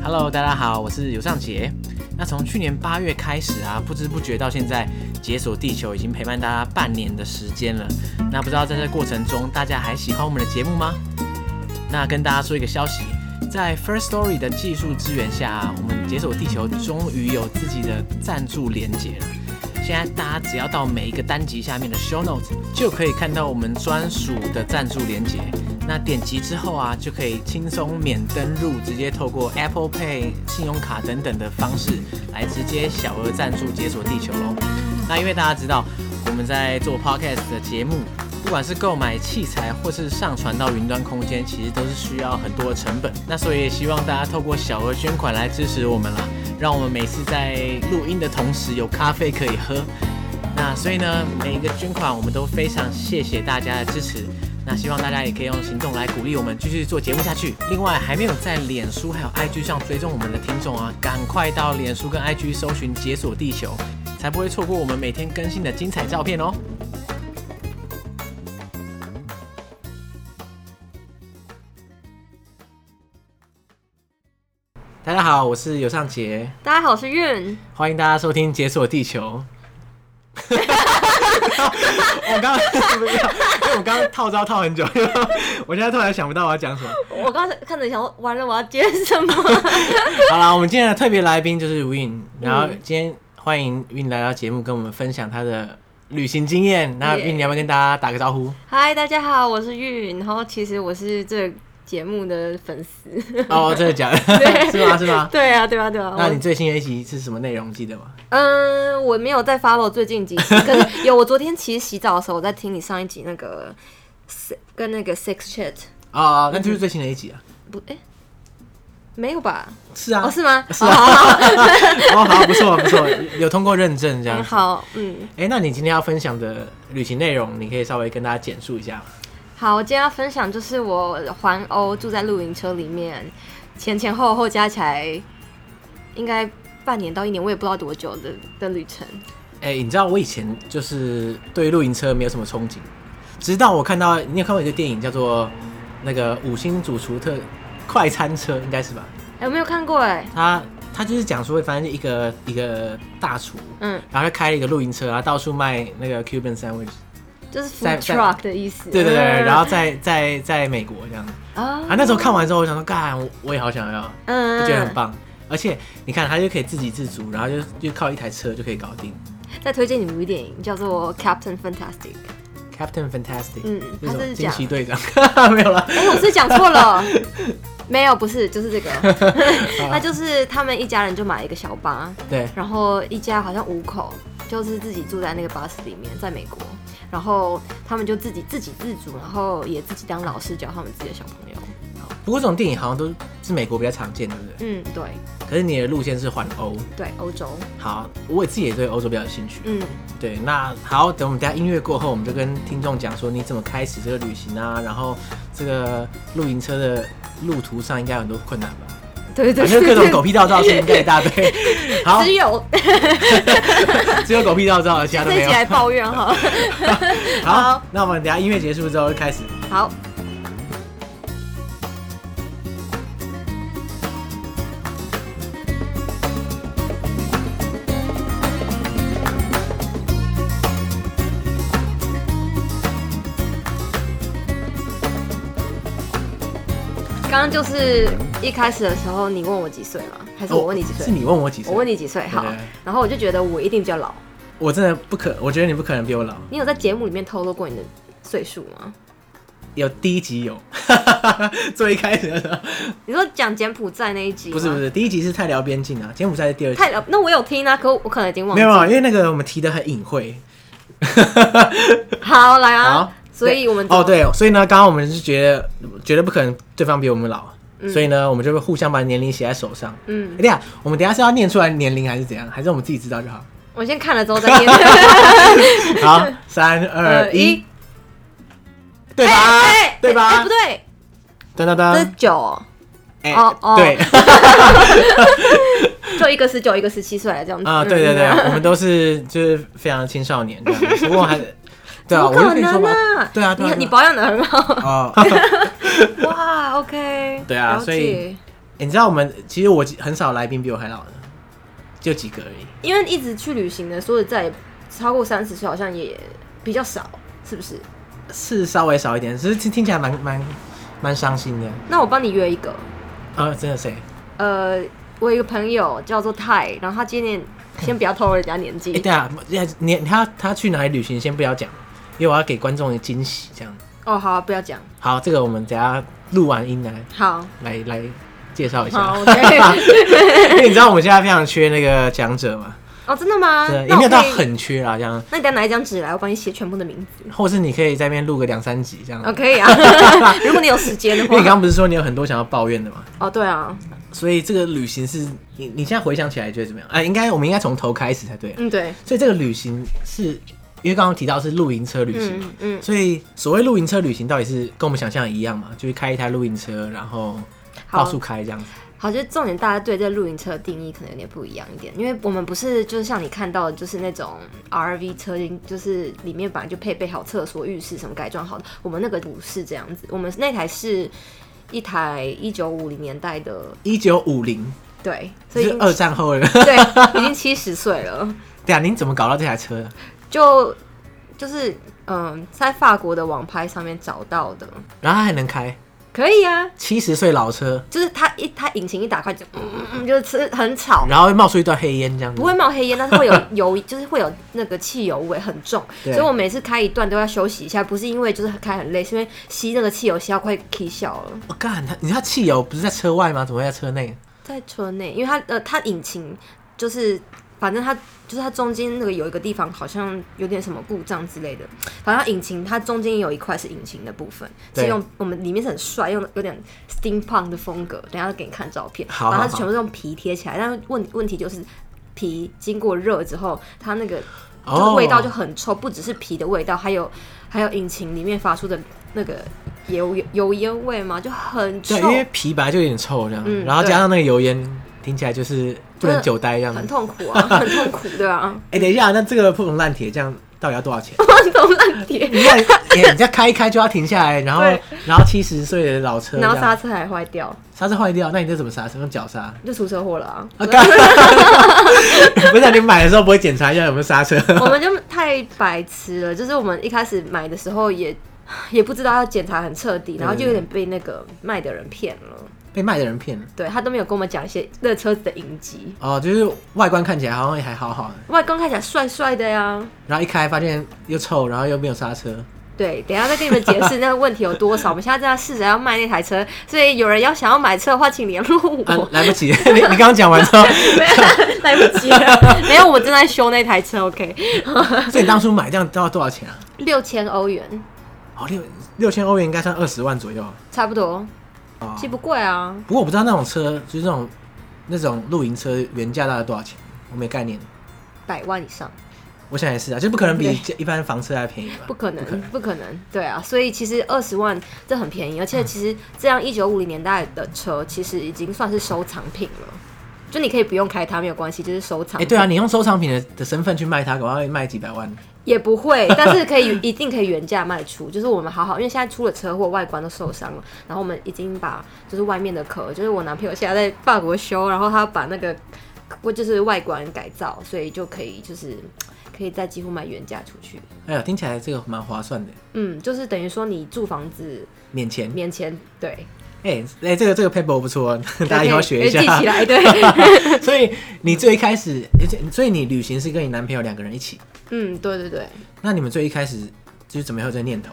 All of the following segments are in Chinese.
Hello， 大家好，我是尤尚杰。那从去年8月开始啊，不知不觉到现在，解锁地球已经陪伴大家半年的时间了。那不知道在这过程中，大家还喜欢我们的节目吗？那跟大家说一个消息，在 First Story 的技术支援下，我们解锁地球终于有自己的赞助连结了。现在大家只要到每一个单集下面的 Show Notes， 就可以看到我们专属的赞助连结。那点击之后啊，就可以轻松免登入，直接透过 Apple Pay、信用卡等等的方式来直接小额赞助解锁地球咯。那因为大家知道我们在做 Podcast 的节目，不管是购买器材或是上传到云端空间，其实都是需要很多的成本。那所以也希望大家透过小额捐款来支持我们啦，让我们每次在录音的同时有咖啡可以喝。那所以呢，每一个捐款我们都非常谢谢大家的支持。那希望大家也可以用行动来鼓励我们继续做节目下去。另外，还没有在脸书还有 IG 上追踪我们的听众啊，赶快到脸书跟 IG 搜寻解锁地球，才不会错过我们每天更新的精彩照片哦。大家好，我是尤尚杰。 大家好，我是韵。 欢迎大家收听解锁地球。我刚刚因为我刚刚套招套很久，我现在突然想不到我要讲什么。 我刚才看着想说，完了，我要接什么？ 好啦，我们今天的特别来宾就是 Win， 然后今天欢迎 Win 来到节目，跟我们分享他的旅行经验。那 Win， 你要不要跟大家打个招呼？ 嗨，大家好，我是韵。然后其实我是这个节目的粉丝。 哦，真的假的？是吗？是吗？ 对啊，对啊，对啊。 那你最新的一集是什么内容？记得吗？ 我没有在 follow 最近几集，可是有。我昨天其实洗澡的时候，我在听你上一集那个跟那个 Sex Chat。 哦，那就是最新的一集啊。 不，没有吧？ 是啊。 哦，是吗？ 是啊。哦，好，不错不错，有通过认证这样子。 好， 那你今天要分享的旅行内容，你可以稍微跟大家简述一下吗？ 好，我今天要分享就是我环欧住在露营车里面，前后加起来应该半年到1年，我也不知道多久的旅程。 你知道我以前就是对露营车没有什么憧憬，直到我看到你有看过一个电影叫做那个5星主厨特快餐车，应该是吧？ 我没有看过哎。 他就是讲说，反正一个大厨，然后他开了一个露营车，然后到处卖那个 Cuban sandwich。 就是 food truck 的意思。 对对对，然后在美国这样。那时候看完之后，我想说，干，我也好想要，就觉得很棒。而且你看，他就可以自给自足，然后就靠一台车就可以搞定。 再推荐你们一部电影，叫做 Captain Fantastic。Captain Fantastic， 他是惊奇队长，没有了。 我是讲错了，没有，不是，就是这个。那就是他们一家人就买一个小巴， 对， 然后一家好像5口，就是自己住在那个巴士里面，在美国。然后他们就自给自足，然后也自己当老师教他们自己的小朋友。 不过这种电影好像都是美国比较常见，对不对？ 对。 可是你的路线是环欧， 对，欧洲。 好，我自己也对欧洲比较有兴趣。对。那好，等我们等一下音乐过后，我们就跟听众讲说你怎么开始这个旅行啊，然后这个露营车的路途上应该有很多困难吧？ 对， 各种狗屁倒灶是应该一大堆。好，只有狗屁倒灶，其他都没有。 这一集来抱怨哈。 好，那我们等一下音乐结束之后就开始。 好。刚刚就是一开始的时候，你问我几岁吗？还是我问你几岁？ 是你问我几岁？ 我问你几岁，好。然后我就觉得我一定比较老。 我真的我觉得你不可能比我老。 你有在节目里面透露过你的岁数吗？ 有，第一集有，最一开始的时候。 你说讲柬埔寨那一集吗？ 不是，第一集是泰辽边境啊，柬埔寨是第2集。 那我有听啊，可我可能已经忘记了。 没有，因为那个我们提的很隐晦。 好，来啊。好，所以我们对，所以呢，刚刚我们是觉得不可能对方比我们老，所以呢，我们就会互相把年龄写在手上。等一下，我们等一下是要念出来年龄还是怎样？还是我们自己知道就好？ 我先看了之后再念。 好，3、2、1，对吧？对吧？ 不对， 噔噔噔， 这是9。 对。 就一个19，一个17岁这样子。 对对对，我们都是就是非常的青少年这样子，不过还。对啊， 怎么可能啊？ 对啊， 你保养的很好。哇 ，OK。 对啊，所以你知道其实我很少来宾比我还老的，就几个而已。 因为一直去旅行的，说实在超过30岁好像也比较少，是不是？ 是稍微少一点，只是听起来蛮伤心的。 那我帮你约一个。 真的谁？ 我有一个朋友叫做泰，然后他今年先不要透露人家年纪。 对啊，他去哪里旅行先不要讲，因为我要给观众一个惊喜，这样。 哦，好、啊，不要讲。 好，这个我们等一下录完音来介绍一下。 好，OK。 因为你知道我们现在非常缺那个讲者嘛。 哦，真的吗？ 对，也没有到很缺啦，这样。 那你等拿一张纸来，我帮你写全部的名字。 或是你可以在那边录个2-3集这样。 哦，可以啊。如果你有时间的话。 因为你刚刚不是说你有很多想要抱怨的吗？ 哦，对啊。 所以这个旅行是你现在回想起来觉得怎么样？我们应该从头开始才对。 对。 所以这个旅行是因为刚刚提到是露营车旅行嘛，所以所谓露营车旅行到底是跟我们想象的一样嘛？就是开一台露营车，然后到处开这样子。 好，就是重点，大家对这露营车的定义可能有点不一样一点，因为我们不是就是像你看到的，就是那种 RV 车，就是里面本来就配备好厕所、浴室什么改装好的。我们那个不是这样子，我们那台是一台1950年代的。 1950。 对，所以是2战后了。 对，已经70岁了。 对啊，您怎么搞到这台车的？ 就是在法国的网拍上面找到的。 然后它还能开？ 可以啊 ，70岁老车， 就是它引擎一打开就就是很吵， 然后会冒出一段黑烟这样子。 不会冒黑烟，但是会有油，就是会有那个汽油味很重，所以我每次开一段都要休息一下，不是因为就是开很累，是因为吸那个汽油吸到快气笑了。 我干，它汽油不是在车外吗？怎么会在车内？ 在车内，因为它引擎就是反正它中间那个有一个地方好像有点什么故障之类的，反正它引擎它中间有一块是引擎的部分，是用我们里面是很帅，用有点 steampunk 的风格，等一下给你看照片。 好， 然后它是全部是用皮贴起来，但是问题就是皮经过热之后，它那个就是味道就很臭，不只是皮的味道，还有引擎里面发出的那个油烟味嘛，就很臭。 对，因为皮本来就有点臭这样，然后加上那个油烟，听起来就是不能久待这样， 很痛苦啊，很痛苦，对啊。 等一下，那这个破铜烂铁这样到底要多少钱？ 破铜烂铁， 你看，你这开一开就要停下来，然后70岁的老车， 然后刹车还坏掉， 刹车坏掉，那你这怎么刹车？用脚刹？ 就出车祸了啊！ 不是，你买的时候不会检查一下有没有刹车？ 我们就太白痴了，就是我们一开始买的时候也不知道要检查很彻底，然后就有点被那个卖的人骗了。 被卖的人骗了， 对，他都没有跟我们讲一些那车子的影集哦，就是外观看起来好像还好好的， 外观看起来帅帅的呀， 然后一开发现又臭，然后又没有刹车。 对，等一下再跟你们解释那个问题有多少。我们现在正在试着要卖那台车，所以有人要想要买车的话，请联络我。 来不及，你刚刚讲完之后， 来不及了。没有，我正在修那台车。OK。 所以你当初买这样要多少钱啊 ？6000欧元。 哦，6000欧元应该算20万左右， 差不多。其实不贵啊。 不过我不知道那种车，就是那种露营车原价大概多少钱，我没概念。 100万以上。 我想也是啊，就不可能比一般房车还便宜吧？ 不可能，对啊，所以其实20万这很便宜，而且其实这样1950年代的车其实已经算是收藏品了，就你可以不用开它没有关系，就是收藏品。 对啊，你用收藏品的身份去卖它，可能会卖几百万。 也不会，但是一定可以原价卖出。就是我们好，因为现在出了车祸，外观都受伤了，然后我们已经把就是外面的壳，就是我男朋友现在在法国修，然后他把那个就是外观改造，所以就可以就是可以再几乎卖原价出去。 哎呀，听起来这个蛮划算的。 就是等于说你住房子免钱，对。 这个 paper 不错，大家以后学一下， 记起来。对。 所以你最一开始，所以你旅行是跟你男朋友2个人一起。 对。 那你们最一开始就是怎么有这个念头？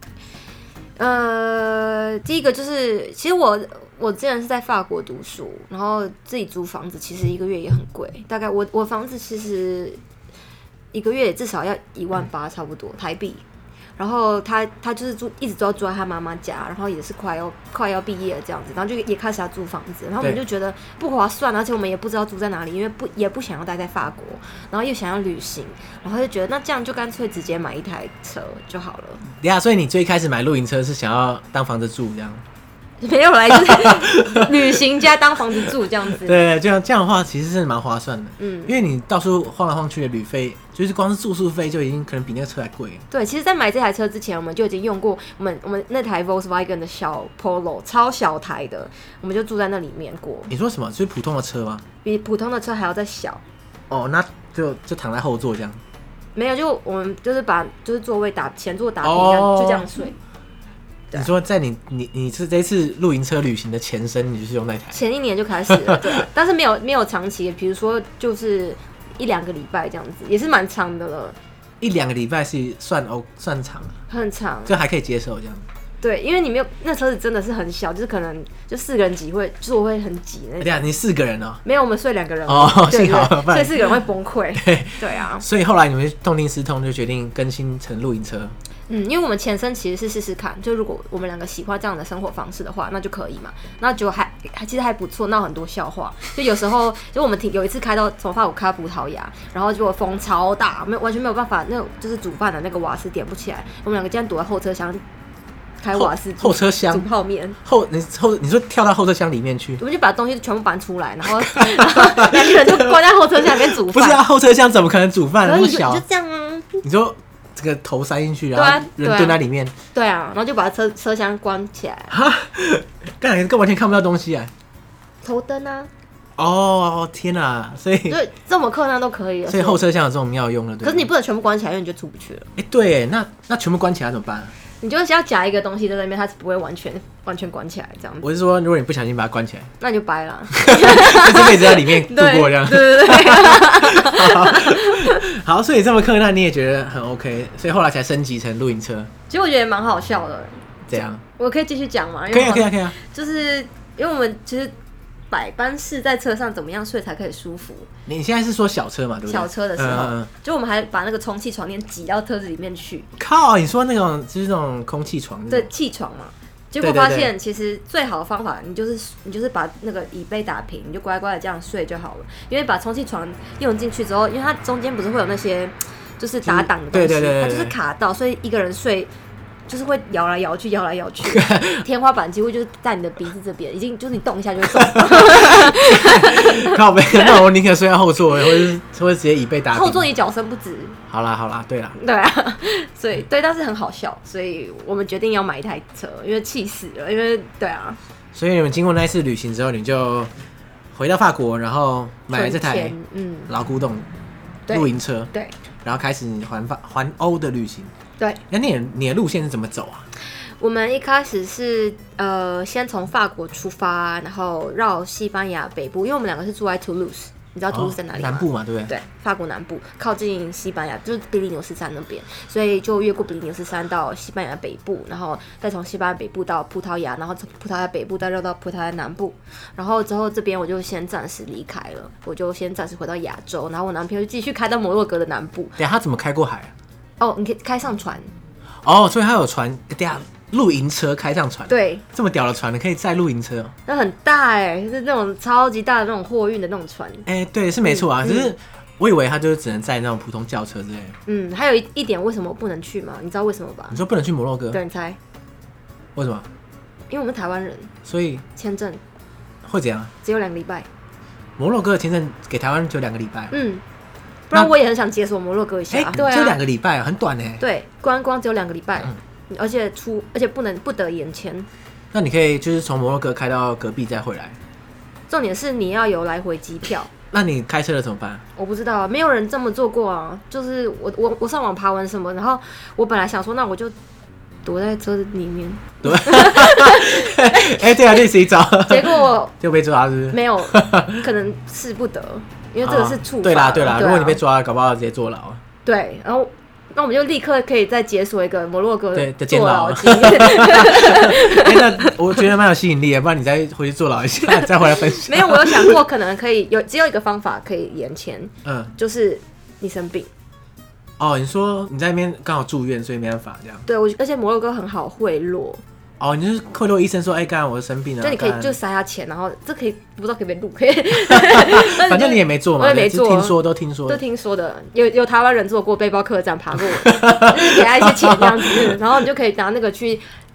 第一个就是，其实我之前是在法国读书，然后自己租房子，其实1个月也很贵。大概我房子其实1个月至少要18000差不多台币。然后他就是一直都要住在他妈妈家，然后也是快要毕业了这样子，然后就也开始要租房子，然后我们就觉得不划算，而且我们也不知道住在哪里，因为也不想要待在法国，然后又想要旅行，然后就觉得那这样就干脆直接买一台车就好了。 对啊，所以你最开始买露营车是想要当房子住这样？ 没有来就是旅行加当房子住这样子。 对，这样的话其实是蛮划算的。因为你到处晃来晃去的旅费，就是光是住宿费就已经可能比那个车还贵了。 对，其实，在买这台车之前，我们就已经用过我们那台 Volkswagen 的小 Polo， 超小台的，我们就住在那里面过。 你说什么？就是普通的车吗？ 比普通的车还要再小。 哦，那就躺在后座这样。 没有，就我们就是把座位前座打平，就这样睡。 你说在你这一次露营车旅行的前身，你就是用那台？ 前1年就开始了，对，但是没有长期，比如说就是1-2个礼拜这样子，也是蛮长的了。 1-2个礼拜是算长， 很长， 就还可以接受这样。 对，因为你没有那车子真的是很小，就是可能就4个人挤坐会很挤那种。 对啊，你4个人哦？ 没有，我们睡2个人哦，幸好， 所以4个人会崩溃。对啊， 所以后来你们痛定思痛，就决定更新成露营车。 因为我们前身其实是试试看，就如果我们2个喜欢这样的生活方式的话，那就可以嘛。那就其实还不错，闹很多笑话。就有时候就我们有一次从法国开到葡萄牙，然后结果风超大，完全没有办法，那种就是煮饭的那个瓦斯点不起来，我们2个竟然躲在后车厢开瓦斯后车厢煮泡面。 你说跳到后车厢里面去？ 我们就把东西全部搬出来，然后2个人就关在后车厢里面煮饭。 不是啊，后车厢怎么可能煮饭？那么小， 就这样啊。 你说这个头塞进去，然后人蹲在里面。 对啊，然后就把车厢关起来。 哈，干完全看不到东西啊。 头灯啊。 哦天哪！所以对这么困难都可以了。 所以后车厢有这种妙用了。 可是你不能全部关起来，因为你就出不去了。 对，那全部关起来怎么办？ 你就是要夹一个东西在那边，它不会完全关起来这样子。 我是说，如果你不小心把它关起来， 那你就掰了。 这辈子在里面度过这样。 对。 好，所以这么困难你也觉得很 OK， 所以后来才升级成露营车。 其实我觉得蛮好笑的。 这样， 我可以继续讲吗？ 可以啊。 就是因为我们其实百般试在车上怎么样睡才可以舒服。 你现在是说小车嘛，对不对？ 小车的时候，就我们还把那个充气床垫挤到车子里面去。 靠，你说那种就是那种空气床？ 对，气床嘛。结果发现其实最好的方法，你就是把那个椅背打平，你就乖乖的这样睡就好了。因为把充气床用进去之后，因为它中间不是会有那些就是打档的东西，它就是卡到，所以一个人睡。就是会摇来摇去，天花板几乎就是在你的鼻子这边，已经就是你动一下就会中。 靠背，那我宁可睡在后座，或者直接椅背打平。 后座你脚伸不直。 好啦，对啦。 对啊，所以对，但是很好笑，所以我们决定要买一台车，因为气死了，因为对啊。 所以你们经过那一次旅行之后，你就回到法国，然后买了这台老古董露营车， 对， 然后开始你环欧的旅行。 对， 那你的路线是怎么走啊？ 我们一开始是先从法国出发，然后绕西班牙北部，因为我们2个是住在 Toulouse， 你知道 Toulouse 在哪里吗？ 南部嘛，对不对？ 对，法国南部，靠近西班牙，就是比利牛斯山那边，所以就越过比利牛斯山到西班牙北部，然后再从西班牙北部到葡萄牙，然后从葡萄牙北部再绕到葡萄牙南部，然后之后这边我就先暂时离开了，我就先暂时回到亚洲，然后我男朋友就继续开到摩洛哥的南部。 对，他怎么开过海啊？ 哦，你可以开上船。 哦，所以他有船，对啊，露营车开上船。 对， 这么屌的船，你可以载露营车。 那很大是那种超级大的那种货运的那种船。 对，是没错啊，只是我以为他就是只能载那种普通轿车之类的。还有一点，为什么不能去吗？你知道为什么吧？ 你说不能去摩洛哥？ 对，你猜？ 为什么？ 因为我们台湾人， 所以签证会怎样？ 只有2个礼拜。 摩洛哥的签证给台湾只有2个礼拜。 不然我也很想解锁摩洛哥一下。对啊， 就2个礼拜，很短呢。 对，观光只有2个礼拜，而且不得延签。 那你可以就是从摩洛哥开到隔壁再回来。 重点是你要有来回机票。 那你开车了怎么办？ 我不知道，没有人这么做过啊。就是我上网爬文什么，然后我本来想说，那我就躲在车子里面。 对。对啊，练习找。 结果就被抓，是不是？ 没有，可能是不得。因为这个是处罚。 对啦，如果你被抓了，搞不好直接坐牢。 对，然后那我们就立刻可以再解锁一个摩洛哥的坐牢经验。那我觉得蛮有吸引力的，不然你再回去坐牢一下，再回来分享。 没有，我有想过可能可以只有一个方法可以延签，就是你生病。 哦，你说你在那边刚好住院，所以没办法这样。 对，而且摩洛哥很好贿赂。 哦，你就是贿赂医生说，刚刚我生病了， 就你可以就塞他钱，然后这可以不知道可以不可以录，可以。 反正你也没做嘛， 我也没做， 都听说的，有台湾人做过背包客栈爬过，就是给他一些钱这样子，然后你就可以拿那个去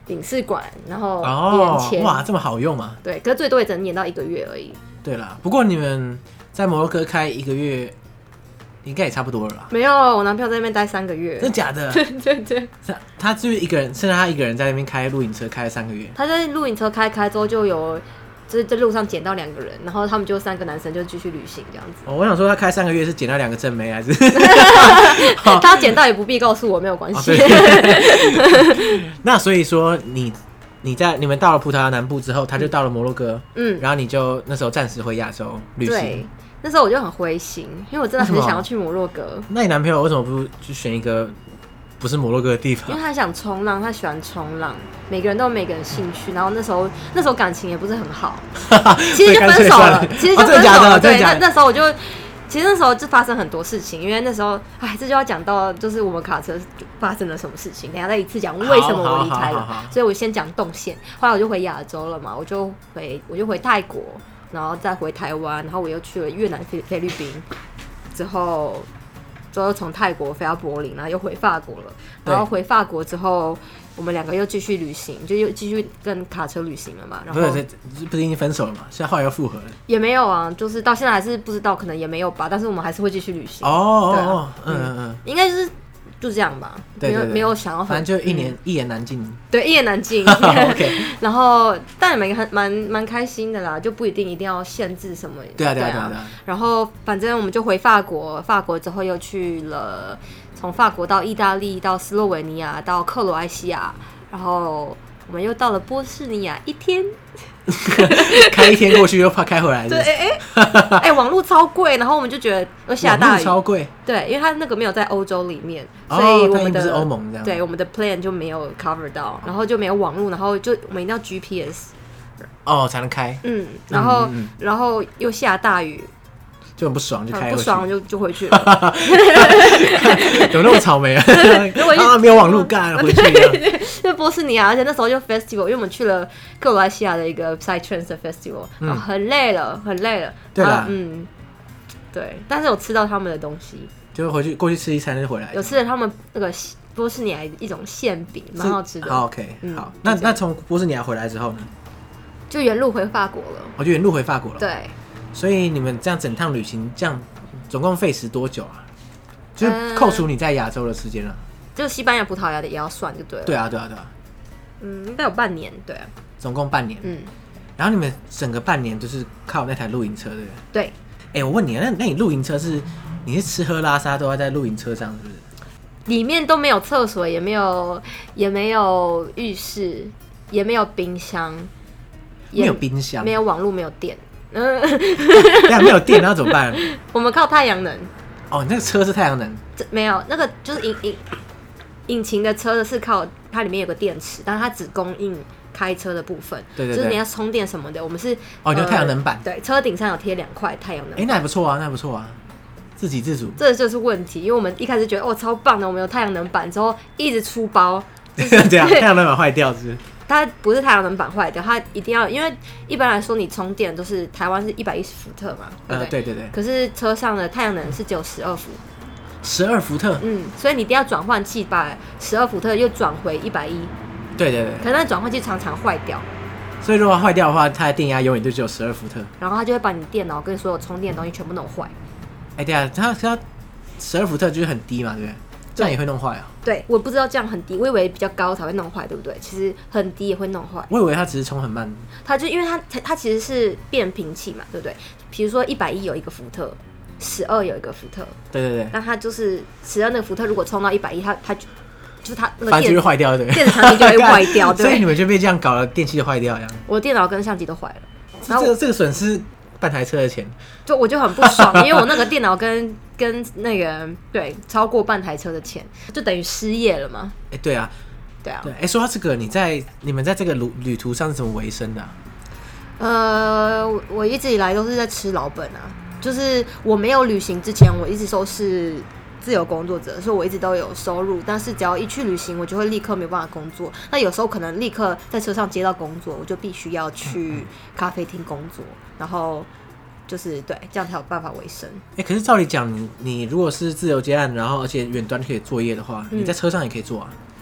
领事馆，然后哦延签。 哇，这么好用吗？ 对，可是最多也只能延到1个月而已。 对啦，不过你们在摩洛哥开1个月，应该也差不多了啦。 没有，我男朋友在那边待3个月。 真的假的？ 对， 他就是一个人，甚至他一个人在那边开露营车开了3个月。 他在露营车开之后就有。就是在路上捡到2个人，然后他们就3个男生就继续旅行这样子。 哦，我想说他开3个月是捡到2个正妹还是？ 他捡到也不必告诉我，没有关系。 那所以说你们到了葡萄牙南部之后，他就到了摩洛哥，然后你就那时候暂时回亚洲旅行。 对，那时候我就很灰心，因为我真的很想要去摩洛哥。 那你男朋友为什么不去选一个不是摩洛哥的地方？ 因为他想冲浪，他喜欢冲浪，每个人都有每个人兴趣，然后那时候感情也不是很好，其实就分手了，其实就分手了。对，那时候其实那时候就发生很多事情，因为那时候，这就要讲到就是我们卡车发生了什么事情，等一下再一次讲为什么我离开了。所以我先讲动线，后来我就回亚洲了嘛，我就回泰国，然后再回台湾，然后我又去了越南、菲律宾，之后从泰国飞到柏林，然后又回法国了。然后回法国之后，我们2个又继续旅行，就又继续跟卡车旅行了嘛。然后不是已经分手了嘛？现在后来又复合了？ 也没有啊，就是到现在还是不知道，可能也没有吧。但是我们还是会继续旅行。 哦， 应该就这样吧。 对， 没有想要， 反正就一言难尽。 对，一言难尽。 OK。 然后，但也蛮开心的啦，就不一定要限制什么。 对啊。 然后，反正我们就回法国，法国之后又去了，从法国到意大利，到斯洛维尼亚，到克罗埃西亚，然后我们又到了波士尼亚1天。 开1天过去又怕开回来。 对，网络超贵，然后我们就觉得又下大雨， 超贵。 对，因为它那个没有在欧洲里面，所以我们的不是欧盟这样。 对，我们的 plan 就没有 cover 到，然后就没有网络，然后就我们一定要 GPS 才能开。 然后又下大雨。 就很不爽，就开回去。 不爽就回去了。 怎么那么草莓啊？没有网路干，回去了。 就波士尼亚，而且那时候就 festival， 因为我们去了克罗埃西亚的一个 Psytrance 的 festival， 然后很累了。 对啦， 对，但是有吃到他们的东西， 就过去吃1餐就回来。 有吃了他们那个波士尼亚一种馅饼，蛮好吃的。 好 OK，好，那从波士尼亚回来之后呢？ 就原路回法国了。 我就原路回法国了。 对。 所以你们这样整趟旅行，这样总共费时多久啊？就是扣除你在亚洲的时间了。 就西班牙、葡萄牙的也要算就对了。 对啊。 应该有半年，对啊。 总共半年。然后你们整个半年就是靠那台露营车，对不对？对。我问你，那你露营车你是吃喝拉撒都要在露营车上，是不是？ 里面都没有厕所，也没有浴室，也没有冰箱， 没有冰箱， 没有网络，没有电。 没有电，然后怎么办？ 我们靠太阳能。 哦，你那个车是太阳能？ 没有，那个就是引擎的车是靠它里面有个电池，但是它只供应开车的部分。对，就是你要充电什么的，我们是你有太阳能板。 对，车顶上有贴2块太阳能板。 那还不错啊，自给自足。 这就是问题，因为我们一开始觉得超棒的，我们有太阳能板之后一直出包。 这样太阳能板坏掉是不是？ 它不是太阳能板坏掉，它一定要，因为一般来说你充电都是台湾是110伏特嘛，对。可是车上的太阳能是只有12伏。 12伏特？ 所以你一定要转换器把12伏特又转回110。 对。 可是那转换器常常坏掉。 所以如果坏掉的话，它的电压永远就只有12伏特。 然后它就会把你电脑跟所有充电的东西全部弄坏。 对啊，它12伏特就是很低嘛，对不对？这样也会弄坏啊？ 对，我不知道这样很低，我以为比较高才会弄坏，对不对？其实很低也会弄坏。 我以为它只是充很慢。 它就因为它其实是变频器嘛，对不对？比如说110有1个伏特，12有1个伏特。对。那它就是12那个伏特，如果充到110，它就是它那个电就会坏掉，对。 电子产品就会坏掉，对。 所以你们就被这样搞了，电器就坏掉这样。 我的电脑跟相机都坏了。 然后这个损失半台车的钱， 我就很不爽，因为我那个电脑跟那个超过半台车的钱，就等于失业了嘛。 对啊。说到这个，你们在这个旅途上是怎么维生的啊？ 我一直以来都是在吃老本啊，就是我没有旅行之前，我一直都是自由工作者，所以我一直都有收入，但是只要一去旅行，我就会立刻没有办法工作。那有时候可能立刻在车上接到工作，我就必须要去咖啡厅工作，然后就是这样才有办法维生。 可是照理讲，你如果是自由接案，然后而且远端可以作业的话，你在车上也可以做啊。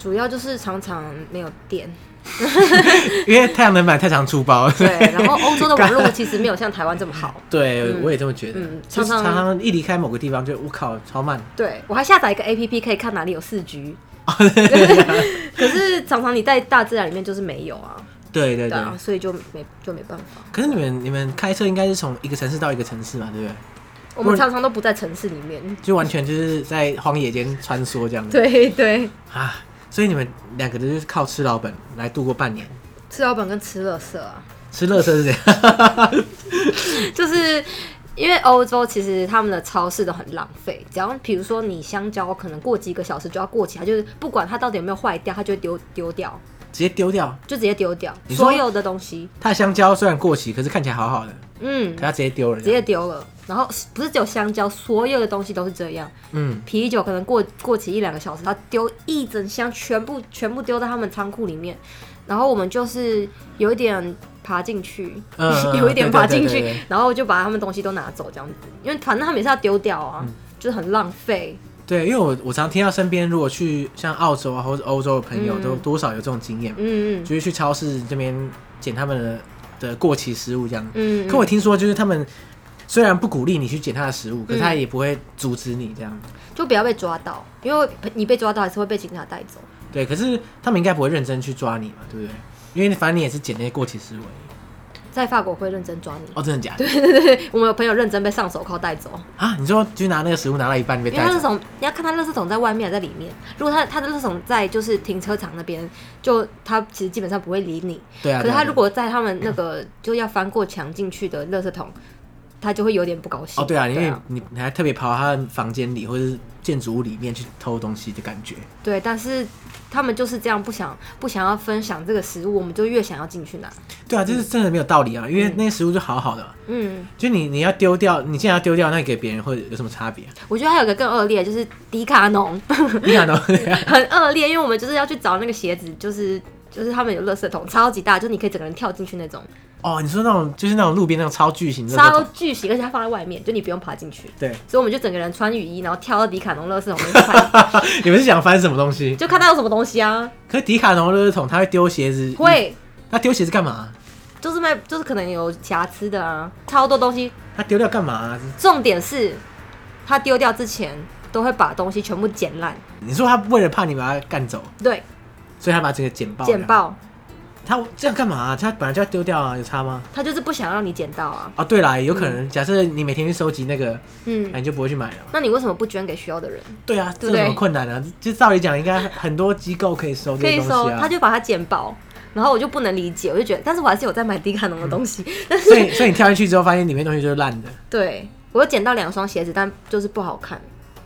主要就是常常没有电。 因为太阳能板太常出包。 对，然后欧洲的网络其实没有像台湾这么好。 对，我也这么觉得。常常一离开某个地方就我靠超慢。 对，我还下载一个 APP 可以看哪里有4G。可是常常你在大自然里面就是没有啊。 对对对， 所以就没办法。 可是你们开车应该是从一个城市到一个城市嘛，对不对？ 我们常常都不在城市里面， 就完全就是在荒野间穿梭这样子。 对对啊，所以你们2个就是靠吃老本来度过半年。 吃老本跟吃垃圾啊？ 吃垃圾是怎样？ 就是因为欧洲其实他们的超市都很浪费，只要比如说你香蕉可能过几个小时就要过期，它就是不管它到底有没有坏掉，它就会丢掉。 直接丢掉， 就直接丢掉所有的东西。 它的香蕉虽然过期，可是看起来好好的，可它直接丢了， 直接丢了。然后不是只有香蕉，所有的东西都是这样。啤酒可能过期1-2个小时，它丢一整箱，全部丢在他们仓库里面。然后我们就是有一点爬进去，有一点爬进去，然后就把他们东西都拿走这样子，因为反正他们也是要丢掉啊，就是很浪费。对， 因为我常听到身边如果去像澳洲啊或者欧洲的朋友，都多少有这种经验，就是去超市这边捡他们的过期食物这样。可我听说就是他们虽然不鼓励你去捡他的食物，可是他也不会阻止你这样， 就不要被抓到，因为你被抓到还是会被警察带走。 对，可是他们应该不会认真去抓你嘛，对不对？因为反正你也是捡那些过期食物而已。 在法国会认真抓你。 哦，真的假的？ 对，我们有朋友认真被上手铐带走啊！你说就拿那个食物拿到一半被带走？ 你要看他垃圾桶在外面还是在里面。如果他的垃圾桶在就是停车场那边，就他其实基本上不会理你。 对啊。 可是他如果在他们那个就要翻过墙进去的垃圾桶，他就会有点不高兴。 哦，对啊，因为你还特别跑到他的房间里或者是建筑物里面去偷东西的感觉。 对，但是他们就是这样不想要分享这个食物，我们就越想要进去拿。 对啊，这是真的没有道理啊，因为那些食物就好好的，就你要丢掉，你既然要丢掉，那你给别人会有什么差别？ 我觉得还有个更恶劣，就是迪卡侬， 迪卡侬很恶劣，因为我们就是要去找那个鞋子，就是他们有垃圾桶，超级大，就是你可以整个人跳进去那种。 哦，你说那种就是那种路边那种超巨型的，超巨型，而且它放在外面，就你不用爬进去。 对， 所以我们就整个人穿雨衣，然后跳到迪卡侬垃圾桶里面翻。 你们是想翻什么东西？ 就看到有什么东西啊。 可是迪卡侬垃圾桶它会丢鞋子， 会。 它丢鞋子干嘛？ 就是可能有瑕疵的啊，超多东西。 它丢掉干嘛？ 重点是，它丢掉之前都会把东西全部剪烂。 你说他为了怕你把它干走？ 对。 所以他把这个剪爆。 剪爆。 他这样干嘛啊？他本来就要丢掉啊，有差吗？ 他就是不想让你捡到啊。 哦，对啦，有可能。假设你每天去收集那个，那你就不会去买了。 那你为什么不捐给需要的人？ 对啊，这有什么困难啊？就照理讲，应该很多机构可以收这些东西啊。可以收， 他就把它剪爆，然后我就不能理解，我就觉得，但是我还是有在买迪卡侬的东西。 所以你跳进去之后，发现里面东西就是烂的。 对，我有捡到2双鞋子，但就是不好看。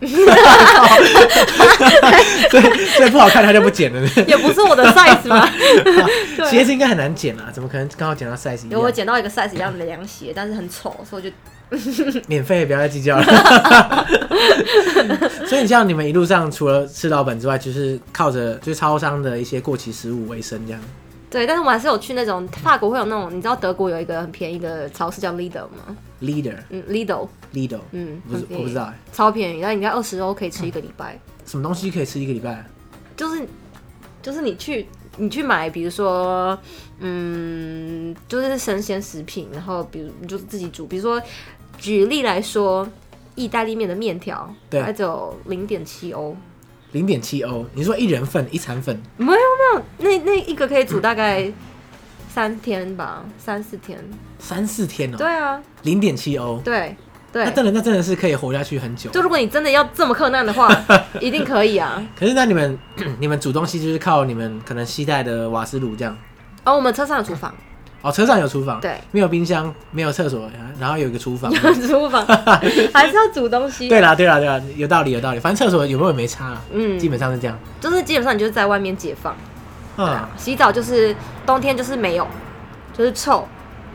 所以不好看，他就不剪了。 也不是我的 size 嘛。 鞋子应该很难剪啊，怎么可能刚好剪到 size 一样？ 我捡到一个 size 一样的凉鞋，但是很丑，所以我就免费，不要再计较了。所以像你们一路上除了吃老本之外，就是靠着就是超商的一些过期食物为生这样。 对，但是我还是有去那种法国会有那种，你知道德国有一个很便宜的超市叫 Lidl 吗 ？Lidl，我不知道， 超便宜，然后应该20欧可以吃1个礼拜。 什么东西可以吃1个礼拜？ 就是你去买，比如说就是生鲜食品，然后比如你就自己煮，比如说举例来说，意大利面的面条，对，它只有0.7欧。 0.7欧，你说1人份1餐份？ 没有，那一个可以煮大概3天吧，3-4天。 3-4天哦？ 对啊。 0.7欧。 对。 那真的是可以活下去很久。 就如果你真的要这么克难的话，一定可以啊。 可是那你们煮东西就是靠你们可能携带的瓦斯炉这样？ 哦，我们车上有厨房。 哦，车上有厨房， 对， 没有冰箱，没有厕所，然后有一个厨房， 有厨房，还是要煮东西。 对啦，有道理。反正厕所有没有没差啊，基本上是这样， 就是基本上你就是在外面解放，洗澡就是冬天就是没有，就是臭，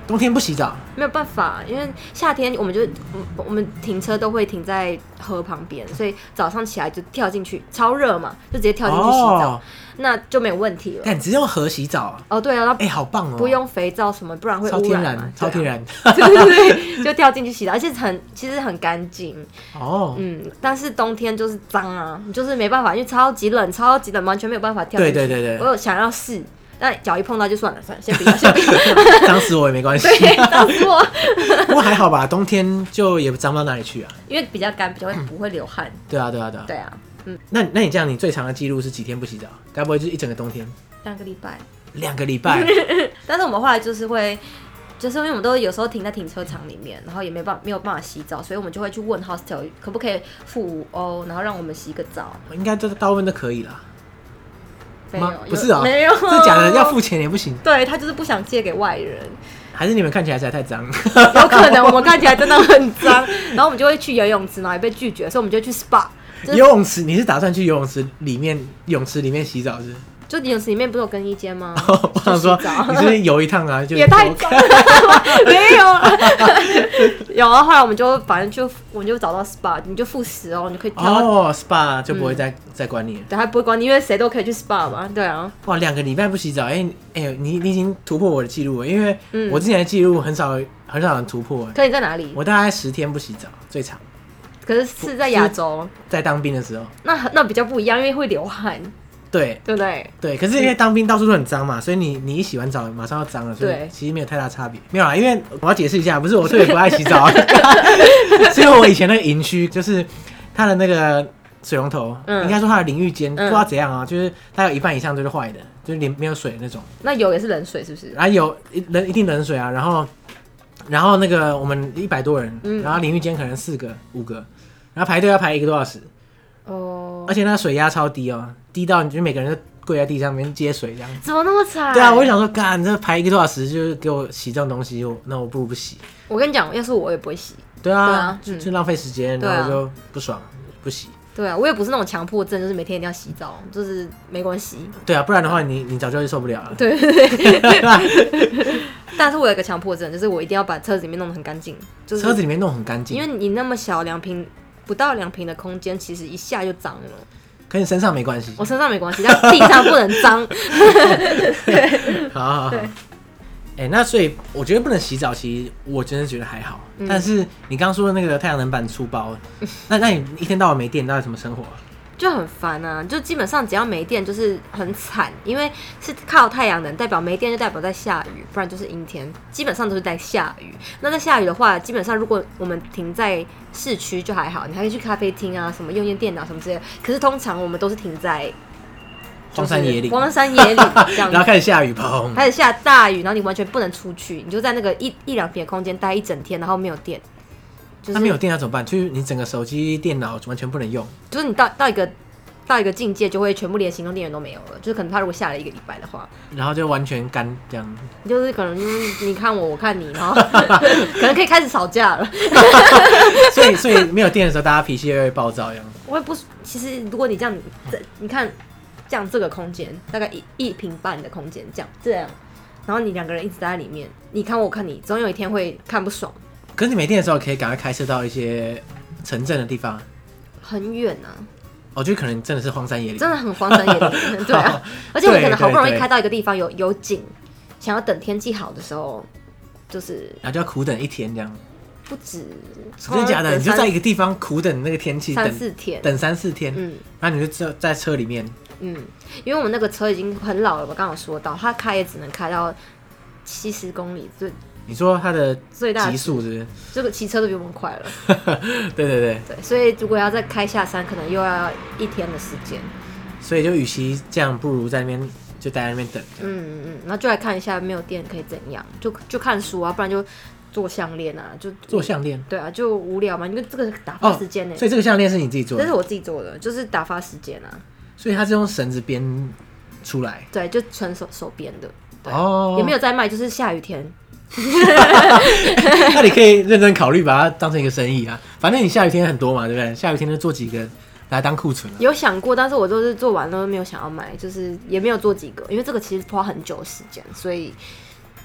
冬天不洗澡， 没有办法，因为夏天我们停车都会停在河旁边，所以早上起来就跳进去，超热嘛，就直接跳进去洗澡，那就没有问题了。 看，只用河洗澡啊？ 哦，对啊， 好棒哦， 不用肥皂什么，不然会污染嘛， 超天然， 对，就跳进去洗澡，而且其实很干净。但是冬天就是脏啊，就是没办法，因为超级冷，完全没有办法跳进去。 对， 我有想要试。但脚一碰到就算了，先不要， 脏死我也没关系。 对，脏死我。 不过还好吧，冬天就也脏不到哪里去啊。 因为比较干，比较不会流汗。 对啊。那你这样，你最长的记录是几天不洗澡？该不会就是一整个冬天 ？2个礼拜。 2个礼拜。 但是我们后来就是因为我们都有时候停在停车场里面，然后也没有办法洗澡，所以我们就会去问 hostel 可不可以付5欧，然后让我们洗个澡。 应该大部分都可以啦。 没有， 不是啊， 没有， 是假的，要付钱也不行。 对，他就是不想借给外人。 还是你们看起来实在太脏？ 有可能我们看起来真的很脏，然后我们就会去游泳池，然后也被拒绝，所以我们就去 SPA。 游泳池，你是打算去游泳池里面洗澡是？ 就游泳池里面不是有更衣间吗？ 我想说，你是不是游一趟啊？就也太脏了，没有。有啊，后来我们就反正我们就找到 SPA， 你就付10欧，你就可以跳。 SPA 就不会再管你了。 对，他不会管你，因为谁都可以去 SPA 嘛。对啊。 哇，2个礼拜不洗澡，你已经突破我的记录了，因为我之前的记录很少人突破。 可你在哪里？ 我大概10天不洗澡，最长。 可是在亚洲， 在当兵的时候。 那比较不一样，因为会流汗。 对不对？ 对，可是因为当兵到处都很脏嘛，所以你一洗完澡马上要脏了，所以其实没有太大差别。没有啦，因为我要解释一下，不是我特别不爱洗澡，是因为我以前那个营区就是它的那个水龙头，应该说它的淋浴间不知道怎样啊，就是它有一半以上都是坏的，就是没有水的那种。 那有也是冷水是不是？ 然后有一定冷水啊，然后那个我们100多人，然后淋浴间可能4个5个，然后排队要排1个多小时。而且那个水压超低哦，低到你就每个人都跪在地上面接水这样。 怎么那么惨？ 对啊，我就想说，干这排1个多小时就给我洗这种东西，那我不如不洗。 我跟你讲，要是我也不会洗。 对啊，就浪费时间，然后就不爽，不洗。 对啊，我也不是那种强迫症，就是每天一定要洗澡，就是没关系。 对啊，不然的话你早就受不了了。 对。但是我有一个强迫症，就是我一定要把车子里面弄得很干净。就是车子里面弄很干净， 因为你那么小不到2坪的空间，其实一下就脏了。 可你身上没关系， 我身上没关系，但地上不能脏。 好。那所以我觉得不能洗澡，其实我真的觉得还好。但是你刚刚说的那个太阳能板出包，那你一天到晚没电，到底怎么生活啊？ 就很烦啊！就基本上只要没电就是很惨，因为是靠太阳能，代表没电就代表在下雨，不然就是阴天，基本上都是在下雨。那在下雨的话，基本上如果我们停在市区就还好，你还可以去咖啡厅啊，什么用电脑什么之类的。可是通常我们都是停在荒山野岭， 这样， 然后开始下雨，砰， 开始下大雨，然后你完全不能出去，你就在那个一两平的空间待一整天，然后没有电。 那没有电要怎么办？就是你整个手机、电脑完全不能用。 就是你到一个境界，就会全部连行动电源都没有了。就是可能他如果下了1个礼拜的话， 然后就完全干这样。 就是可能你看我，我看你，然后可能可以开始吵架了。 所以没有电的时候，大家脾气会暴躁一样。 我也不，其实如果你这样，你看这样这个空间大概1平半的空间，这样，然后你2个人一直待在里面，你看我，我看你，总有一天会看不爽。 可是你没电的时候，可以赶快开车到一些城镇的地方。 很远啊。 就可能真的是荒山野岭， 真的很荒山野岭。对啊，而且我们可能好不容易开到一个地方有景，想要等天气好的时候，就是然后就要苦等1天这样。 不止， 真的假的？你就在一个地方苦等那个天气 3-4天， 等3-4天，然后你就在车里面。 因为我们那个车已经很老了，我刚刚有说到，它开也只能开到70公里， 你说它的最大极速是不是？ 这个骑车都比我们快了。 对， 所以如果要再开下山，可能又要1天的时间。 所以就与其这样，不如在那边就待在那边等。 然后就来看一下没有电可以怎样，就看书啊，不然就做项链啊，就做项链。 对啊，就无聊嘛，因为这个打发时间呢。 所以这个项链是你自己做的？ 这是我自己做的，就是打发时间啊。 所以它是用绳子编出来？ 对，就纯手编的。也没有在卖，就是下雨天。 那你可以认真考虑把它当成一个生意啊，反正你下雨天很多嘛，对不对？下雨天就做几个来当库存。 有想过，但是我都是做完了没有想要买，就是也没有做几个，因为这个其实花很久的时间，所以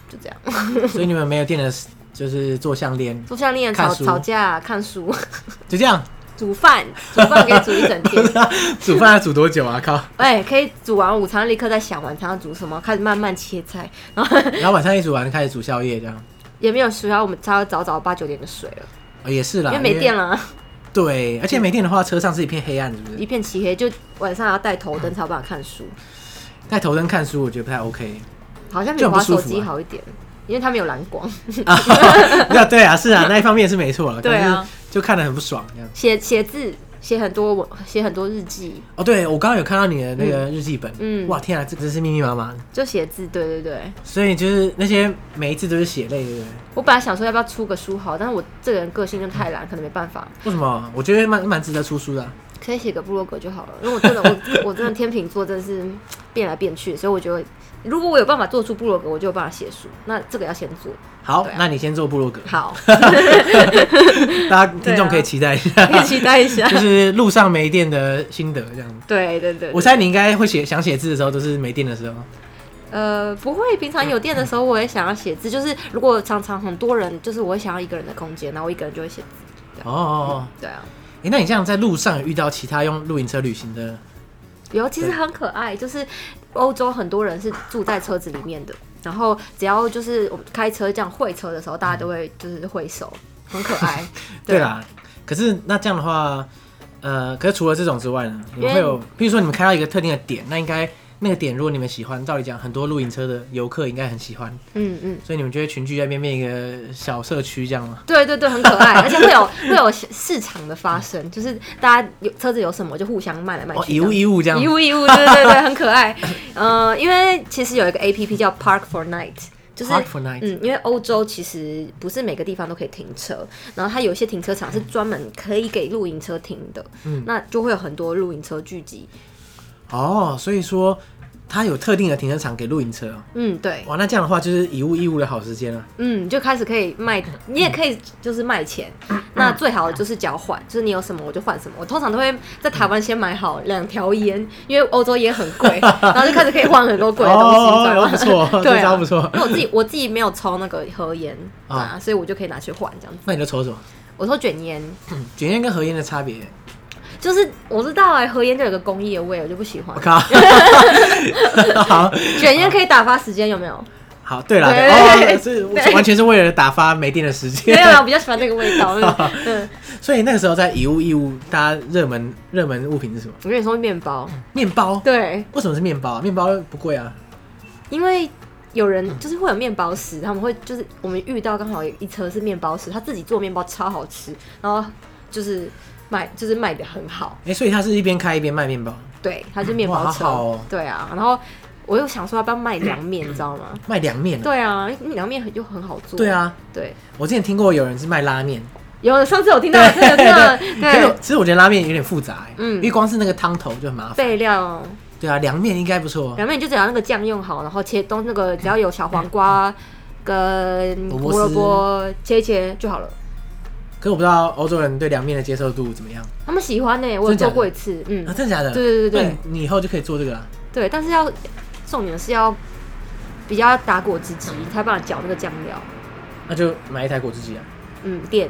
就这样。 所以你们没有电的，就是做项链、 做项链、吵架、看书， 就这样。 煮饭可以煮一整天。 煮饭要煮多久啊？靠！ 可以煮完午餐，立刻在想晚餐要煮什么，开始慢慢切菜，然后晚餐一煮完，开始煮宵夜，这样。 也没有需要，我们差不多早8、9点就睡了。 也是啦， 因为没电了。 对，而且没电的话，车上是一片黑暗，是不是？ 一片漆黑，就晚上要带头灯才有办法看书。 带头灯看书，我觉得不太 OK。 好像比滑手机好一点，因为它没有蓝光。 对啊，是啊，那一方面是没错了。 对啊， 就看得很不爽，这样。 写字，写很多日记。 对，我刚刚有看到你的那个日记本。哇，天啊，这真是密密麻麻。 就写字，对。 所以就是那些每一字都是血泪，对不对？我本来想说要不要出个书好，但是我这个人个性就太懒，可能没办法。 为什么？我觉得蛮值得出书的啊。 可以写个部落格就好了，因为我真的天秤座真的是变来变去，所以我觉得如果我有办法做出部落格，我就有办法写书。那这个要先做。好， 那你先做部落格。 好， 大家听众可以期待一下， 可以期待一下， 就是路上没电的心得这样。 对。 我猜你应该会想写字的时候，都是没电的时候。 不会，平常有电的时候，我也想要写字。就是如果常常很多人，就是我会想要一个人的空间，然后我一个人就会写字。对啊。 那你这样在路上有遇到其他用露营车旅行的？ 有，其实很可爱。就是欧洲很多人是住在车子里面的，然后只要就是我们开车这样会车的时候，大家都会就是挥手，很可爱。 对啦，可是那这样的话，可是除了这种之外呢，你们会有，譬如说你们开到一个特定的点，那应该那个点如果你们喜欢，照理讲很多露营车的游客应该很喜欢。所以你们就会群聚在那边变一个小社区这样吗？对， 很可爱，而且会有市场的发生，就是大家车子有什么就互相卖来卖去， 以物这样， 以物，对，很可爱。因为其实有一个 APP 叫 Park for Night。就是因为欧洲其实不是每个地方都可以停车，然后它有一些停车场是专门可以给露营车停的，那就会有很多露营车聚集。 所以说它有特定的停车场给露营车。 对。 哇，那这样的话就是以物易物的好时间了。 就开始可以卖，你也可以就是卖钱。那最好的就是交换，就是你有什么我就换什么。我通常都会在台湾先买好2条烟，因为欧洲烟很贵，然后就开始可以换很多贵的东西。 不错，对啊，不错。 因为我自己没有抽那个盒烟所以我就可以拿去换这样子。 那你就抽什么？ 我抽卷烟。 卷烟跟盒烟的差别？ 就是我知道盒烟就有个工业味，我就不喜欢。 我靠！好， 卷烟可以打发时间，有没有？ 好，对啦，是完全是为了打发没电的时间。 没有，我比较喜欢这个味道。 所以那个时候在以物易物，大家热门物品是什么？ 我跟你说，面包。 面包？ 对。 为什么是面包？面包不贵啊。 因为有人就是会有面包师，他们会就是我们遇到刚好有一车是面包师，他自己做面包超好吃，然后就是卖的很好。 所以他是一边开一边卖面包。 对，他是面包车。 好对啊，然后我又想说要不要卖凉面，你知道吗？ 卖凉面？ 对啊，凉面就很好做。 对啊， 对。 我之前听过有人是卖拉面。 上次有听到。 对。其实我觉得拉面有点复杂，因为光是那个汤头就很麻烦。 备料。 对啊，凉面应该不错。 凉面就只要那个酱用好，然后切那个只要有小黄瓜跟胡萝卜切一切就好了。 可是我不知道欧洲人对凉面的接受度怎么样。 他们喜欢我有做过一次。 真的假的？ 对。 那你以后就可以做这个了。 对，但是重点是要比较打果汁机才办法搅那个酱料。 那就买一台果汁机啊。 电。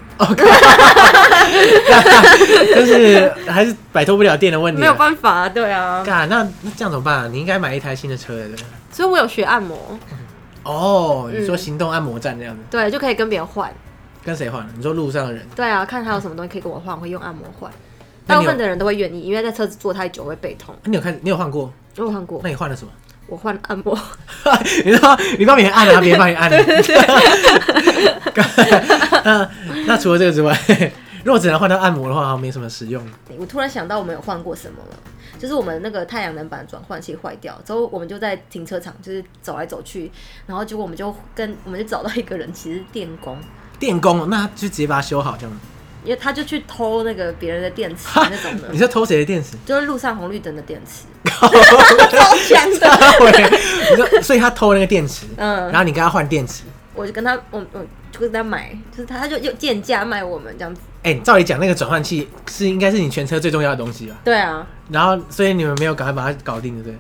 就是还是摆脱不了电的问题。 没有办法，对啊。 那这样怎么办啊？你应该买一台新的车的。 所以我有学按摩。 你说行动按摩站这样子。 对，就可以跟别人换。 跟谁换？你说路上的人？ 对啊，看他有什么东西可以跟我换，我会用按摩换。大部分的人都会愿意，因为在车子坐太久会背痛。 你有换过？ 我有换过。 那你换了什么？ 我换按摩。 你帮别人按了，别人帮你按。那除了这个之外，如果只能换到按摩的话，好像没什么实用。 我突然想到我们有换过什么了，就是我们那个太阳能板转换器坏掉之后，我们就在停车场就是走来走去，然后结果我们就找到一个人，其实是电工。电工，那就直接把它修好这样。 因为他就去偷那个别人的电池那种的。 你是偷谁的电池？ 就是路上红绿灯的电池。超强的。所以他偷那个电池，然后你跟他换电池。 我就跟他，我就跟他买，就是他就又贱价卖我们这样子。 照理讲那个转换器应该是你全车最重要的东西吧？ 对啊。 然后所以你们没有赶快把它搞定，对不对？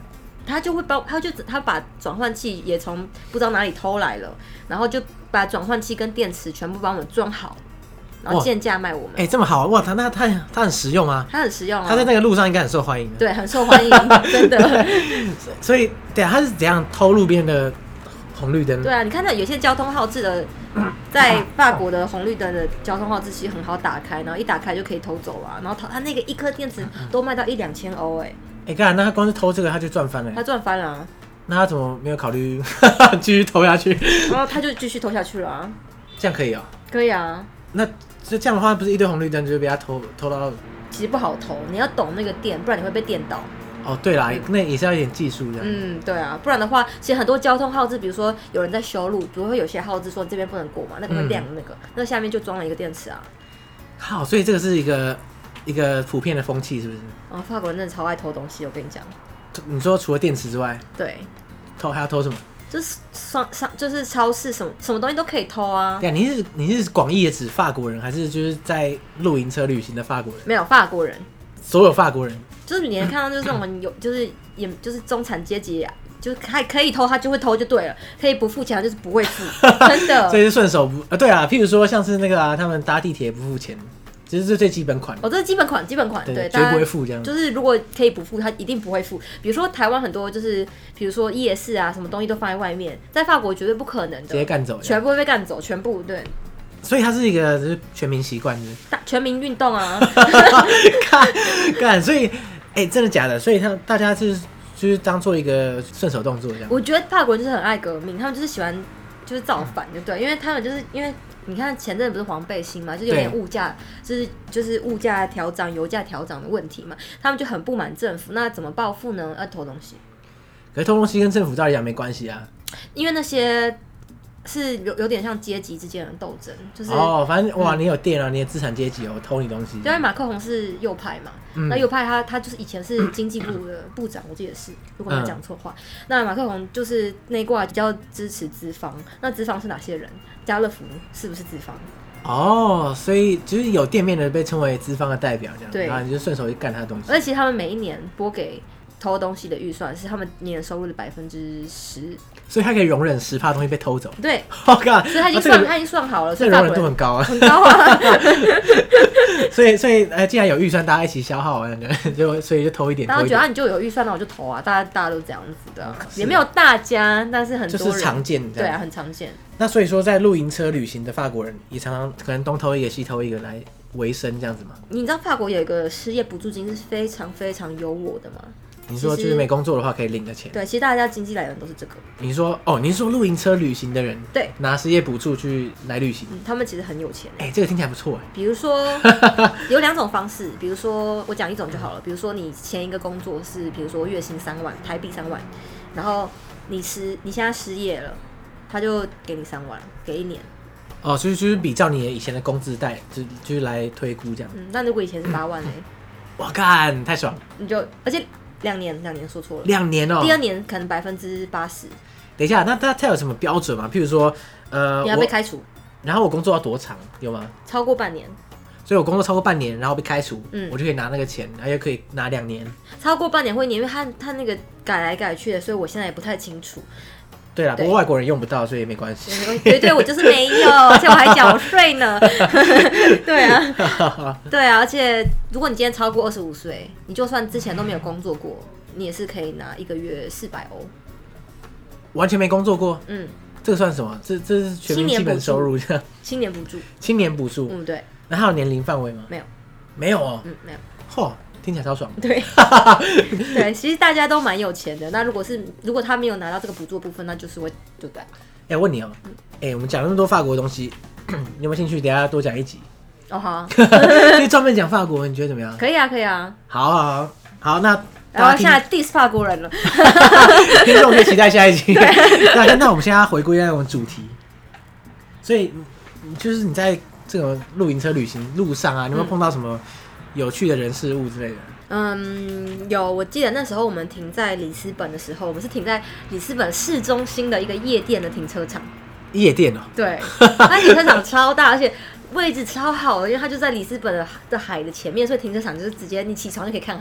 他把转换器也从不知道哪里偷来了，然后就把转换器跟电池全部帮我们装好，然后贱价卖我们。 这么好哇！他很实用啊， 他很实用啊， 他在那个路上应该很受欢迎的。 对，很受欢迎，真的。 所以对啊，他是怎样偷路边的红绿灯？ 对啊，你看到有些交通号志的，在法国的红绿灯的交通号志其实很好打开，然后一打开就可以偷走啊。然后他那个一颗电池都卖到1-2千欧干，那他光是偷这个他就赚翻了。 他赚翻了啊。 那他怎么没有考虑继续偷下去？ 然后他就继续偷下去了啊。 这样可以哦？ 可以啊。 那这样的话，不是一堆红绿灯就被他偷到？ 其实不好偷，你要懂那个电，不然你会被电到。 哦，对啦，那也是要一点技术的。 对啊，不然的话，其实很多交通号志，比如说有人在修路，比如说有些号志说这边不能过嘛，那个会亮的那下面就装了一个电池啊。 好，所以这个是一个普遍的风气，是不是？ 哦，法国人真的超爱偷东西，我跟你讲。 你说除了电池之外， 对， 还要偷什么？ 就是超市什么东西都可以偷啊。 对啊，你是广义的指法国人，还是就是在露营车旅行的法国人？ 没有法国人， 所有法国人。 就是你能看到就是这种就是中产阶级，就是还可以偷，他就会偷就对了，可以不付钱，他就是不会付，真的。 所以是顺手不对啊，譬如说像是那个他们搭地铁不付钱，这是最基本款。 这是基本款，对， 绝不会付这样。 就是如果可以不付，他一定不会付。比如说台湾很多就是，比如说夜市啊，什么东西都放在外面，在法国绝对不可能的， 直接干走， 全部会被干走，全部对。 所以它是一个就是全民习惯， 全民运动啊。 干，所以真的假的？所以大家就是当做一个顺手动作这样。 我觉得法国人就是很爱革命，他们就是喜欢就是造反，就对，因为他们就是因为你看前阵子不是黄背心嘛，就有点物价就是物价调涨、油价调涨的问题嘛，他们就很不满政府，那怎么报复呢？要偷东西。 可是偷东西跟政府照理讲没关系啊， 因为那些是有点像阶级之间的斗争，就是反正哇，你有电啊，你的资产阶级我偷你东西。 因为马克宏是右派嘛，那右派他就是以前是经济部的部长，我记得是，如果没讲错话。那马克宏就是那一挂比较支持资方，那资方是哪些人？家乐福是不是资方？ 所以就是有店面的被称为资方的代表这样， 对， 然后你就顺手去干他的东西。 而且其实他们每一年拨给偷东西的预算是他们年收入的10%， 所以他可以容忍10%东西被偷走。 对， 我靠， 所以他已经算好了， 所以容忍度很高啊， 很高啊。 所以既然有预算，大家一起消耗，所以就偷一点。 大家觉得你就有预算，那我就投啊，大家都这样子的，也没有大家，但是很多人就是常见， 对啊，很常见。 那所以说，在露营车旅行的法国人也常常可能东偷一个西偷一个来维生这样子嘛。 你知道法国有一个失业补助金是非常非常优渥的吗？ 你说就是没工作的话可以领的钱。 对，其实大家经济来源都是这个。 你说露营车旅行的人， 对， 拿失业补助去来旅行， 他们其实很有钱。 这个听起来不错。 比如说有2种方式，比如说我讲一种就好了。比如说你前一个工作是，比如说月薪3万，台币3万，然后你现在失业了，他就给你3万，给1年。 就是比照你以前的工资带，就是来推估这样。 那如果以前是8万呢？ 我干，太爽！ 而且2年说错了 ，2年哦。 第2年可能80%。 等一下，那他有什么标准吗？譬如说， 你要被开除， 然后我工作要多长，有吗？ 超过半年。 所以我工作超过半年，然后被开除，我就可以拿那个钱，然后又可以拿2年。 超过半年或1年，因为他那个改来改去的，所以我现在也不太清楚。 对啦，不过外国人用不到，所以没关系。 对，我就是没有，而且我还缴税呢。对啊，对啊，而且如果你今天超过25岁，你就算之前都没有工作过，你也是可以拿1个月400欧。 完全没工作过？这个算什么？这是全民基本收入这样？青年补助。 对。 那还有年龄范围吗？ 没有。 没有哦。 没有。 嚯！听起来超爽。 对，对，其实大家都蛮有钱的。那如果他没有拿到这个补助部分，那就是会对不对？ 问你我们讲那么多法国的东西，你有没有兴趣？等一下多讲一集。 好。 所以专门讲法国，你觉得怎么样？ 可以啊。 好，那然后现在 diss 法国人了， 听众可以期待下一集。那我们现在回归那种主题。所以就是你在这种露营车旅行路上啊，你有没有碰到什么有趣的人事物之类的？ 有，我记得那时候我们停在里斯本的时候，我们是停在里斯本市中心的一个夜店的停车场。 夜店哦？ 对，它停车场超大，而且位置超好的，因为它就在里斯本的海的前面，所以停车场就是直接你起床就可以看海。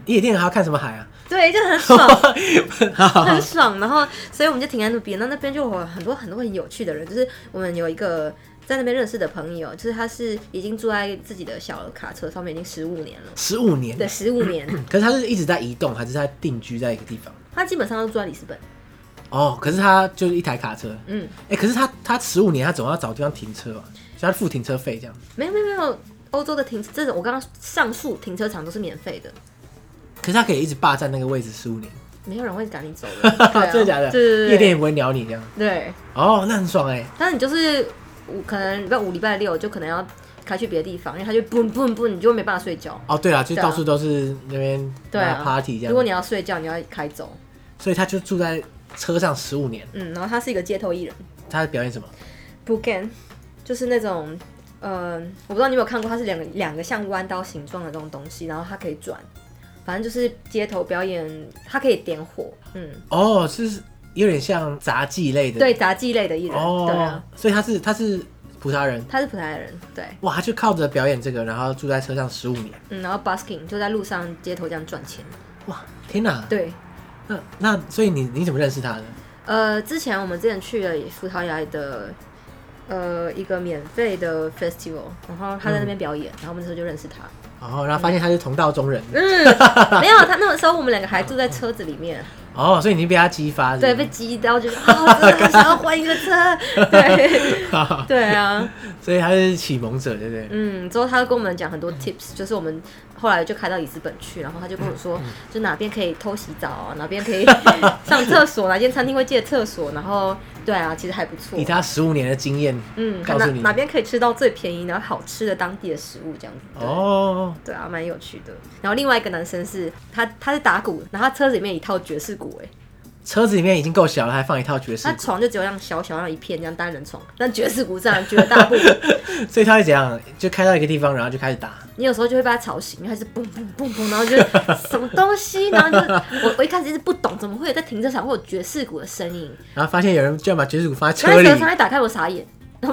夜店还要看什么海啊？ 对，就很爽，很爽。然后，所以我们就停在那边。那边就有很多很有趣的人，就是我们有一个在那边认识的朋友，就是他是已经住在自己的小卡车上面已经15年了。 15年？ 对，15年。 可是他是一直在移动，还是在定居在一个地方？ 他基本上都住在里斯本。 哦，可是他就是一台卡车。可是他15年，他总要找地方停车嘛，所以他付停车费这样。 没有，欧洲的这种我刚刚上述停车场都是免费的。 可是他可以一直霸占那个位置15年， 没有人会赶你走的。 真的假的？ 对， 夜店也不会鸟你这样。 对。 哦，那很爽哎。 但是你就是可能礼拜5、礼拜6就可能要开去别的地方，因为他就嘣，你就没办法睡觉。 哦，对啊，就到处都是那边party 这样。 如果你要睡觉，你要开走。 所以他就住在车上15年。 然后他是一个街头艺人。 他在表演什么 ？Boogan， 就是那种我不知道你有没有看过，它是两个像弯刀形状的这种东西，然后它可以转。反正就是街头表演，它可以点火。 哦，是有点像杂技类的。 对，杂技类的艺人。 哦， 对啊。 所以他是葡萄牙人。 他是葡萄牙人，对。 哇，他就靠着表演这个，然后住在车上15年。 然后 busking 就在路上街头这样赚钱。 哇，天哪！ 对。 那所以你怎么认识他的？ 之前去了葡萄牙的一个免费的 festival， 然后他在那边表演，然后我们那时候就认识他。 然后发现他是同道中人。 没有，他那个时候我们2个还住在车子里面。 哦，所以你已经被他激发。 对，被激到就是真的想要换一个车。对，对啊。 所以他是启蒙者，对不对？ 之后他就跟我们讲很多 tips， 就是我们后来就开到里斯本去，然后他就跟我说，就哪边可以偷洗澡啊，哪边可以上厕所，哪间餐厅会借厕所，然后对啊，其实还不错。 以他15年的经验，告诉你哪边可以吃到最便宜然后好吃的当地的食物这样子。哦，对啊，蛮有趣的。然后另外一个男生是他是打鼓，然后他车子里面有一套爵士鼓。 车子里面已经够小了，还放一套爵士鼓。 他床就只有像小像一片这样单人床，但爵士鼓占绝大部分。 所以他会怎样？就开到一个地方，然后就开始打。 你有时候就会被他吵醒，因为他是嘣嘣嘣嘣，然后就什么东西，然后就我一开始是不懂，怎么会有在停车场会有爵士鼓的声音， 然后发现有人居然把爵士鼓放在车里， 车窗一打开我傻眼。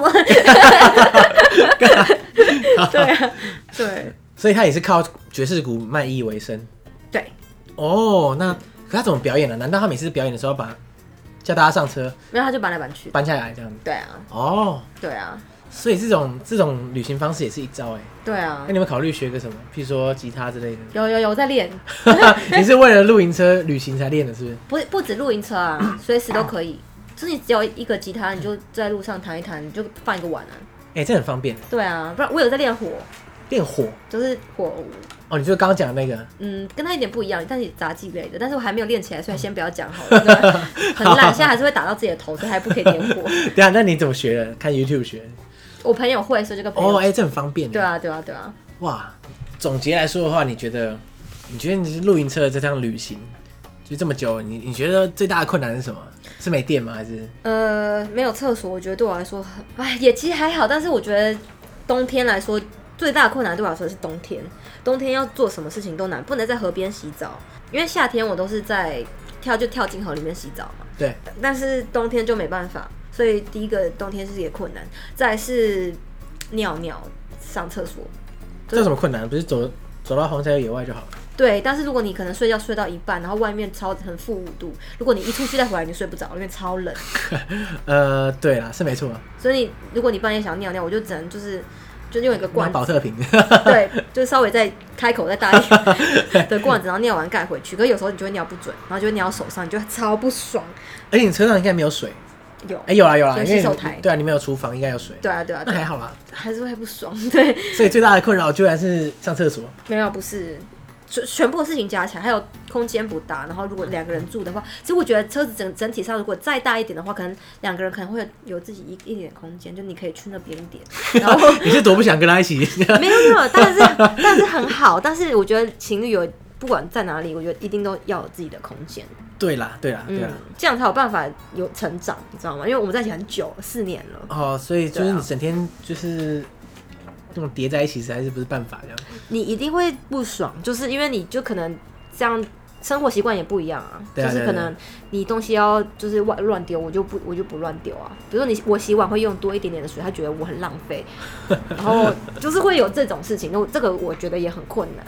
对啊，对。 所以他也是靠爵士鼓卖艺为生。 对。 哦，那可他怎么表演呢？难道他每次表演的时候叫大家上车？ 没有，他就搬来搬去， 搬下来这样。 对啊。 哦。 对啊。 所以这种旅行方式也是一招哎。 对啊。 那你们考虑学个什么？譬如说吉他之类的？ 有我在练。 你是为了露营车旅行才练的，是不是？不止露营车啊，随时都可以。就是你只有一个吉他，你就在路上弹一弹，你就放一个碗啊。 这很方便。 对啊，不然我有在练火。 练火就是火舞。 哦，你就刚刚讲的那个。 跟他一点不一样，但是杂技类的，但是我还没有练起来，所以先不要讲好了。很烂，现在还是会打到自己的头，所以还不可以点火。 对啊，那你怎么学的？看 YouTube 学？ 我朋友会，所以这个朋友。 这很方便。 对啊。 哇，总结来说的话，你觉得你是露营车的这趟旅行，就这么久，你觉得最大的困难是什么？是没电吗？还是？ 没有厕所，我觉得对我来说也其实还好，但是我觉得冬天来说。最大的困难对我来说是冬天要做什么事情都难，不能在河边洗澡，因为夏天我都是在跳进河里面洗澡嘛。 对。但是冬天就没办法，所以第一个冬天是一个困难，再来是尿上厕所。 这有什么困难？不是走到荒郊野外就好了。 对，但是如果你可能睡觉睡到一半，然后外面很负5度，如果你一出去再回来，你睡不着，因为超冷。 对啦，是没错。 所以如果你半夜想尿，我就只能就用一个罐子， 保特瓶。 对，就稍微再开口再大一点的罐子，然后尿完盖回去。可是有时候你就会尿不准，然后就会尿手上，你就超不爽。 而且你车上应该没有水。 有啦， 有洗手台。 对啊，你没有厨房，应该有水。 对啊， 那还好啦。 还是会不爽。对。 所以最大的困扰居然是上厕所。 没有，不是。全部的事情加起来，还有空间不大，然后如果2个人住的话，其实我觉得车子整体上如果再大一点的话，可能2个人可能会有自己一点空间，就你可以去那边一点。然后你是多不想跟他一起？ 没有，但是很好。但是我觉得情侣不管在哪里，我觉得一定都要有自己的空间。 对啦，这样才有办法有成长，你知道吗？因为我们在一起很久，4年了。 哦，所以就是你整天就是这种叠在一起，实在是不是办法这样。 你一定会不爽，就是因为你就可能这样生活习惯也不一样啊。就是可能你东西要就是乱丢，我就不乱丢啊。比如说我洗碗会用多一点点的水，他觉得我很浪费，然后就是会有这种事情。这个我觉得也很困难。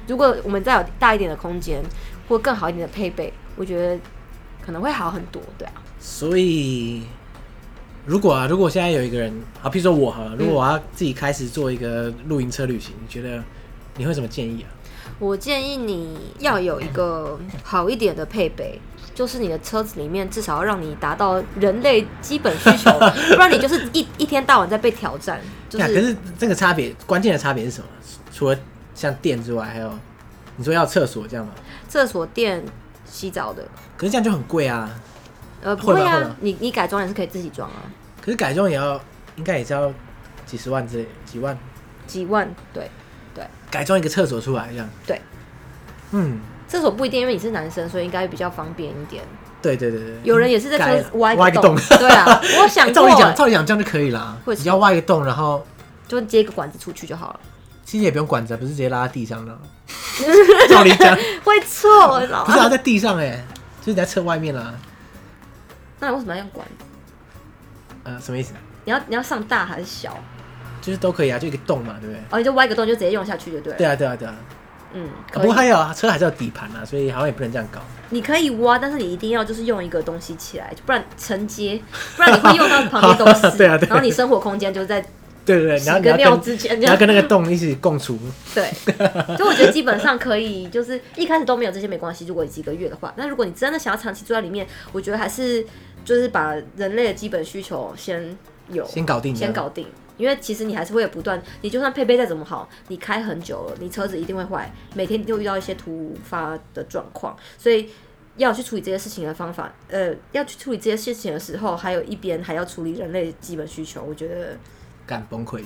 如果我们再有大一点的空间或更好一点的配备，我觉得可能会好很多，对啊。 所以如果现在有一个人，好，譬如说我好了，如果我要自己开始做一个露营车旅行，你觉得你会什么建议啊？ 我建议你要有一个好一点的配备，就是你的车子里面至少要让你达到人类基本需求，不然你就是一天到晚在被挑战。就是可是这个差别，关键的差别是什么？除了像电之外，还有你说要厕所这样吗？ 厕所、电、洗澡的。 可是这样就很贵啊。 不会啊，你改装也是可以自己装啊。 可是改装应该也是要几十万之类，几万， 对。 改装一个厕所出来这样。 对。厕所不一定，因为你是男生，所以应该比较方便一点。 对。 有人也是在车子挖一个洞。对啊，我想过。 照理讲这样就可以啦。你要挖一个洞，然后就接一个管子出去就好了。 其实也不用管子，不是直接拉在地上的。照理讲会错， 不是在地上就是你在车外面啦。 那你为什么要用管子？ 什么意思？ 你要上大还是小？ 就是都可以啊，就一个洞嘛，对不对？ 哦，你就挖一个洞就直接用下去就对了。 对啊。不过车还是有底盘啊，所以好像也不能这样搞。 你可以挖，但是你一定要就是用一个东西起来，不然承接，不然你会用到旁边都是。 对。 然后你生活空间就在对， 屎跟尿之间， 你要跟那个洞一起共处。 对，所以我觉得基本上可以，就是一开始都没有这些没关系。如果几个月的话，那如果你真的想要长期住在里面，我觉得还是就是把人类的基本需求先搞定。因为其实你还是会有不断，你就算配备再怎么好，你开很久了，你车子一定会坏，每天都遇到一些突发的状况，所以要去处理这些事情的方法，要去处理这些事情的时候，还有一边还要处理人类的基本需求，我觉得崩溃，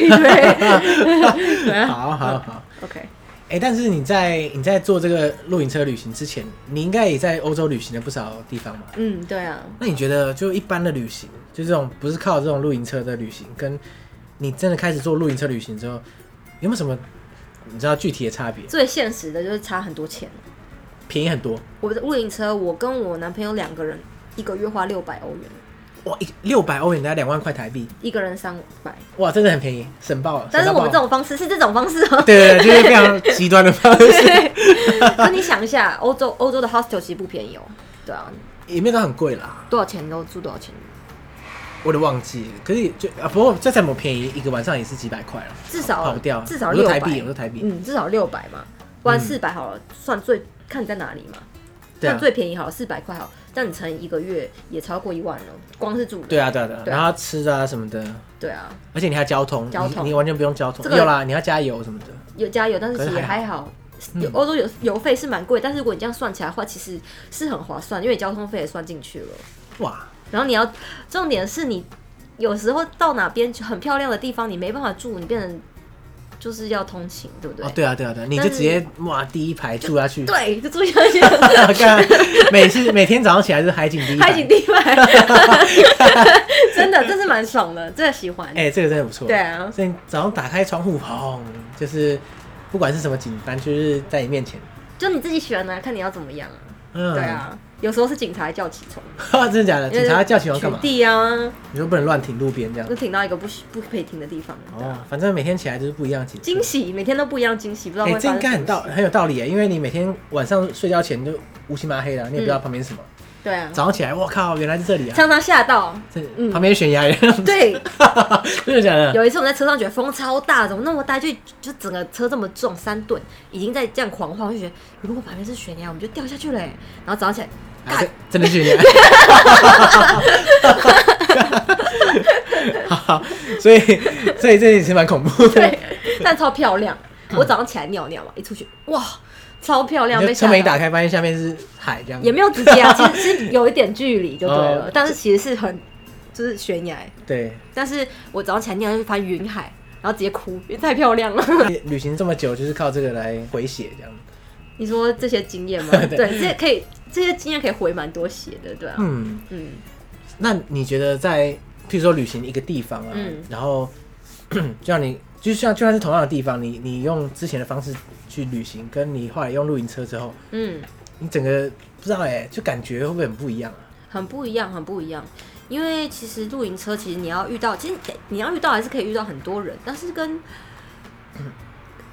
对， 好 ，OK。 但是你在做这个露营车旅行之前，你应该也在欧洲旅行了不少地方嘛？ 对啊。 那你觉得就一般的旅行，就这种不是靠这种露营车的旅行，跟你真的开始做露营车旅行之后，有没有什么你知道具体的差别？ 最现实的就是差很多钱， 便宜很多。 我的露营车，我跟我男朋友2个人，一个月花600欧元。 哇，600欧元大概2万块台币， 一个人300。 哇，真的很便宜，省爆了。 但是我们这种方式是这种方式哦。 对，就是非常极端的方式。 那你想一下，欧洲的 hostel 其实不便宜哦。对啊， 也没有到很贵啦。 多少钱都住多少钱？ 我都忘记了。可是不过这才么便宜，一个晚上也是几百块了， 至少跑不掉。 至少600。 我说台币。 至少600嘛，不然400好了，算最看你在哪里嘛。算最便宜好了，400块好，但你乘一个月也超过1万了，光是住的。 对啊，然后吃啊什么的。 对啊， 而且你还交通，你完全不用交通。有啦，你要加油什么的。 有加油，但是其实也还好。欧洲油费是蛮贵，但是如果你这样算起来的话，其实是很划算，因为交通费也算进去了。 哇！ 然后重点是你有时候到哪边很漂亮的地方，你没办法住，你变成就是要通勤，对不对？ 对啊，你就直接第一排住下去。 对，就住下去。 每天早上起来是海景第一排。真的，这是蛮爽的，真的喜欢。 这个真的不错。 对啊， 所以早上打开窗户，就是不管是什么景观，就是在你面前。 就你自己选啊，看你要怎么样啊。对啊，有时候是警察叫起床。 真的假的？警察叫起床干嘛？ 取缔啊！ 你说不能乱停路边这样？ 就停到一个不可以停的地方。 反正每天起来就是不一样的惊喜，每天都不一样惊喜，不知道会发生什么。 这应该很有道理耶，因为你每天晚上睡觉前就乌漆麻黑的，你也不知道旁边是什么。 对啊。 早上起来，我靠，原来是这里啊！ 常常吓到。 旁边悬崖。对。真的假的？ 有一次我在车上觉得风超大，怎么那么大？就整个车这么重，3吨，已经在这样狂晃，我就觉得如果旁边是悬崖，我们就掉下去了。然后早上起来。 真的悬崖。好，所以这也是蛮恐怖的。 对，但超漂亮。我早上起来尿尿嘛，一出去，哇，超漂亮！被车门一打开，发现下面是海，这样也没有直接啊，其实是有一点距离就对了，但是其实是很就是悬崖。 对。但是我早上起来尿就发现云海，然后直接哭，因为太漂亮了。 旅行这么久，就是靠这个来回血，这样。 你说这些经验吗？对，这些经验可以回蛮多血的，对啊。 那你觉得在譬如说旅行一个地方啊，然后就算是同样的地方，你用之前的方式去旅行，跟你后来用露营车之后，你整个不知道就感觉会不会很不一样啊？ 很不一样。因为其实露营车，其实你要遇到还是可以遇到很多人，但是跟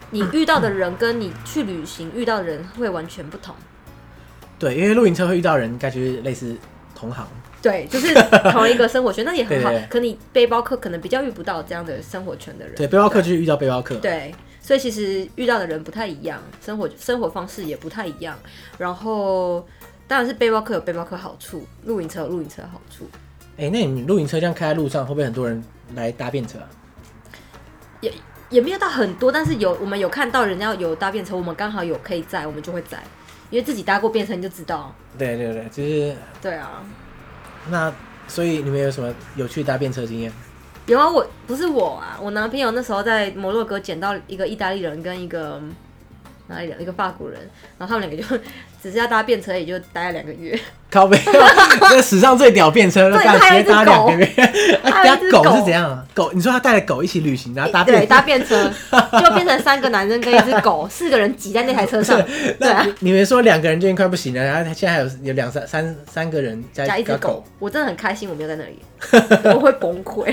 你遇到的人跟你去旅行遇到的人会完全不同。 对，因为露营车会遇到人，应该就是类似同行。 对，就是同一个生活圈，那也很好。 对对对， 可你背包客可能比较遇不到这样的生活圈的人。 对，背包客就是遇到背包客。 对，所以其实遇到的人不太一样，生活方式也不太一样。然后当然是背包客有背包客好处，露营车有露营车的好处。 那你露营车这样开在路上，会不会很多人来搭便车啊？ 也没有到很多，但是我们有看到人家有搭便车，我们刚好有可以载，我们就会载，因为自己搭过便车你就知道。 对对对，就是对啊。 那所以你们有什么有趣的搭便车经验？ 有啊，不是我啊，我男朋友那时候在摩洛哥捡到一个意大利人跟一个哪里人，一个法国人，然后他们两个就只是要搭便车，也就待了2个月。 靠北，这史上最屌便车， 对， 直接搭2个月。 还有一只狗是怎样啊？狗，你说他带了狗一起旅行，然后搭便车， 对，搭便车就变成3个男生跟1只狗，4个人挤在那台车上。对啊， 你们说2个人就已经快不行了，然后现在还有三个人加 1只狗，我真的很开心，我没有在那里，我会崩溃。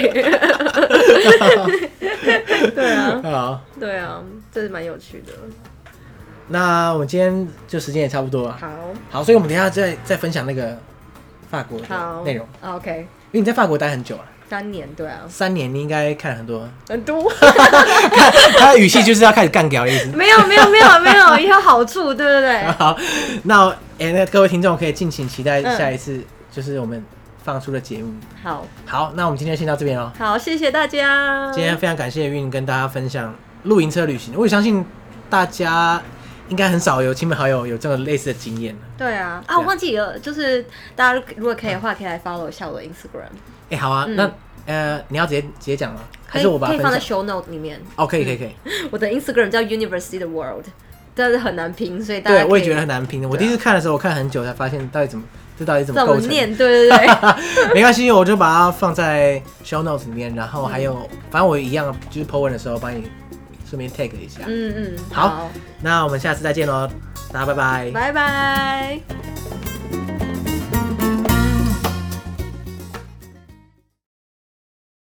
对啊，对啊，这是蛮有趣的。 那我们今天就时间也差不多了。好，所以我们等一下再分享那个法国的内容。 OK， 因为你在法国待很久啊 ，3年，对啊 ，3年你应该看了很多。他的语气就是要开始干掉的意思。 没有，也有好处，对不对？ 好，那各位听众可以敬请期待下一次，就是我们放出的节目。好，那我们今天先到这边哦。 好，谢谢大家。 今天非常感谢韵跟大家分享露营车旅行，我也相信大家应该很少有亲朋好友有这种类似的经验。 对啊，我忘记了，就是大家如果可以的话，可以来 follow 一下我的 Instagram。 好啊，那你要直接讲吗？还是我把它可以放在 show note 里面？ 哦，可以。 我的 Instagram 叫 University the World， 但是很难拼，所以大家对我也觉得很难拼。我第一次看的时候，我看很久才发现到底怎么构成。 念？对。 没关系，我就把它放在 show notes 里面，然后还有，反正我一样就是 po 文的时候帮你顺便 tag 一下。 好， 那我们下次再见喽，大家拜拜。 拜拜。